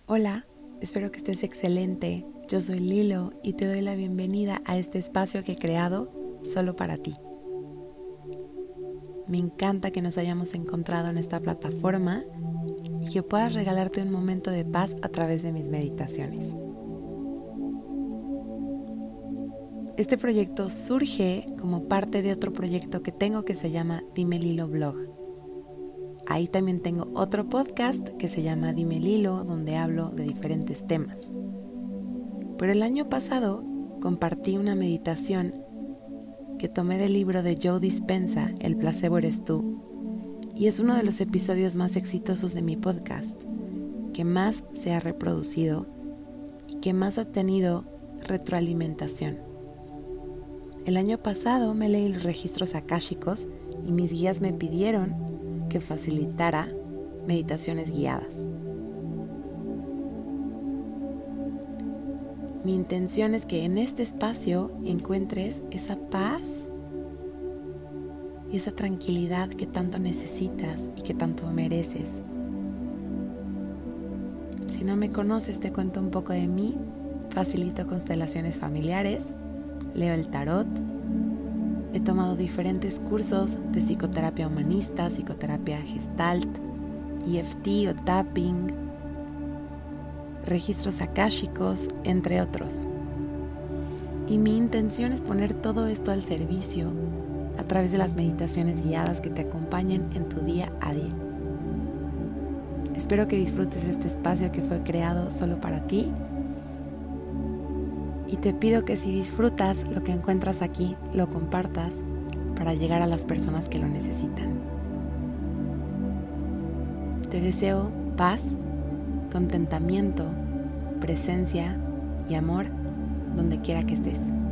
Hola, espero que estés excelente. Yo soy Lilo y te doy la bienvenida a este espacio que he creado solo para ti. Me encanta que nos hayamos encontrado en esta plataforma y que puedas regalarte un momento de paz a través de mis meditaciones. Este proyecto surge como parte de otro proyecto que tengo que se llama Dime Lilo Blog. Ahí también tengo otro podcast que se llama Dime Lilo, donde hablo de diferentes temas. Pero el año pasado compartí una meditación que tomé del libro de Joe Dispenza, El placebo eres tú, y es uno de los episodios más exitosos de mi podcast, que más se ha reproducido y que más ha tenido retroalimentación. El año pasado me leí los registros akáshicos y mis guías me pidieron que facilitara meditaciones guiadas. Mi intención es que en este espacio encuentres esa paz y esa tranquilidad que tanto necesitas y que tanto mereces. Si no me conoces, te cuento un poco de mí. Facilito constelaciones familiares, leo el tarot. He tomado diferentes cursos de psicoterapia humanista, psicoterapia gestalt, EFT o tapping, registros akáshicos, entre otros. Y mi intención es poner todo esto al servicio a través de las meditaciones guiadas que te acompañen en tu día a día. Espero que disfrutes este espacio que fue creado solo para ti. Y te pido que si disfrutas lo que encuentras aquí, lo compartas para llegar a las personas que lo necesitan. Te deseo paz, contentamiento, presencia y amor donde quiera que estés.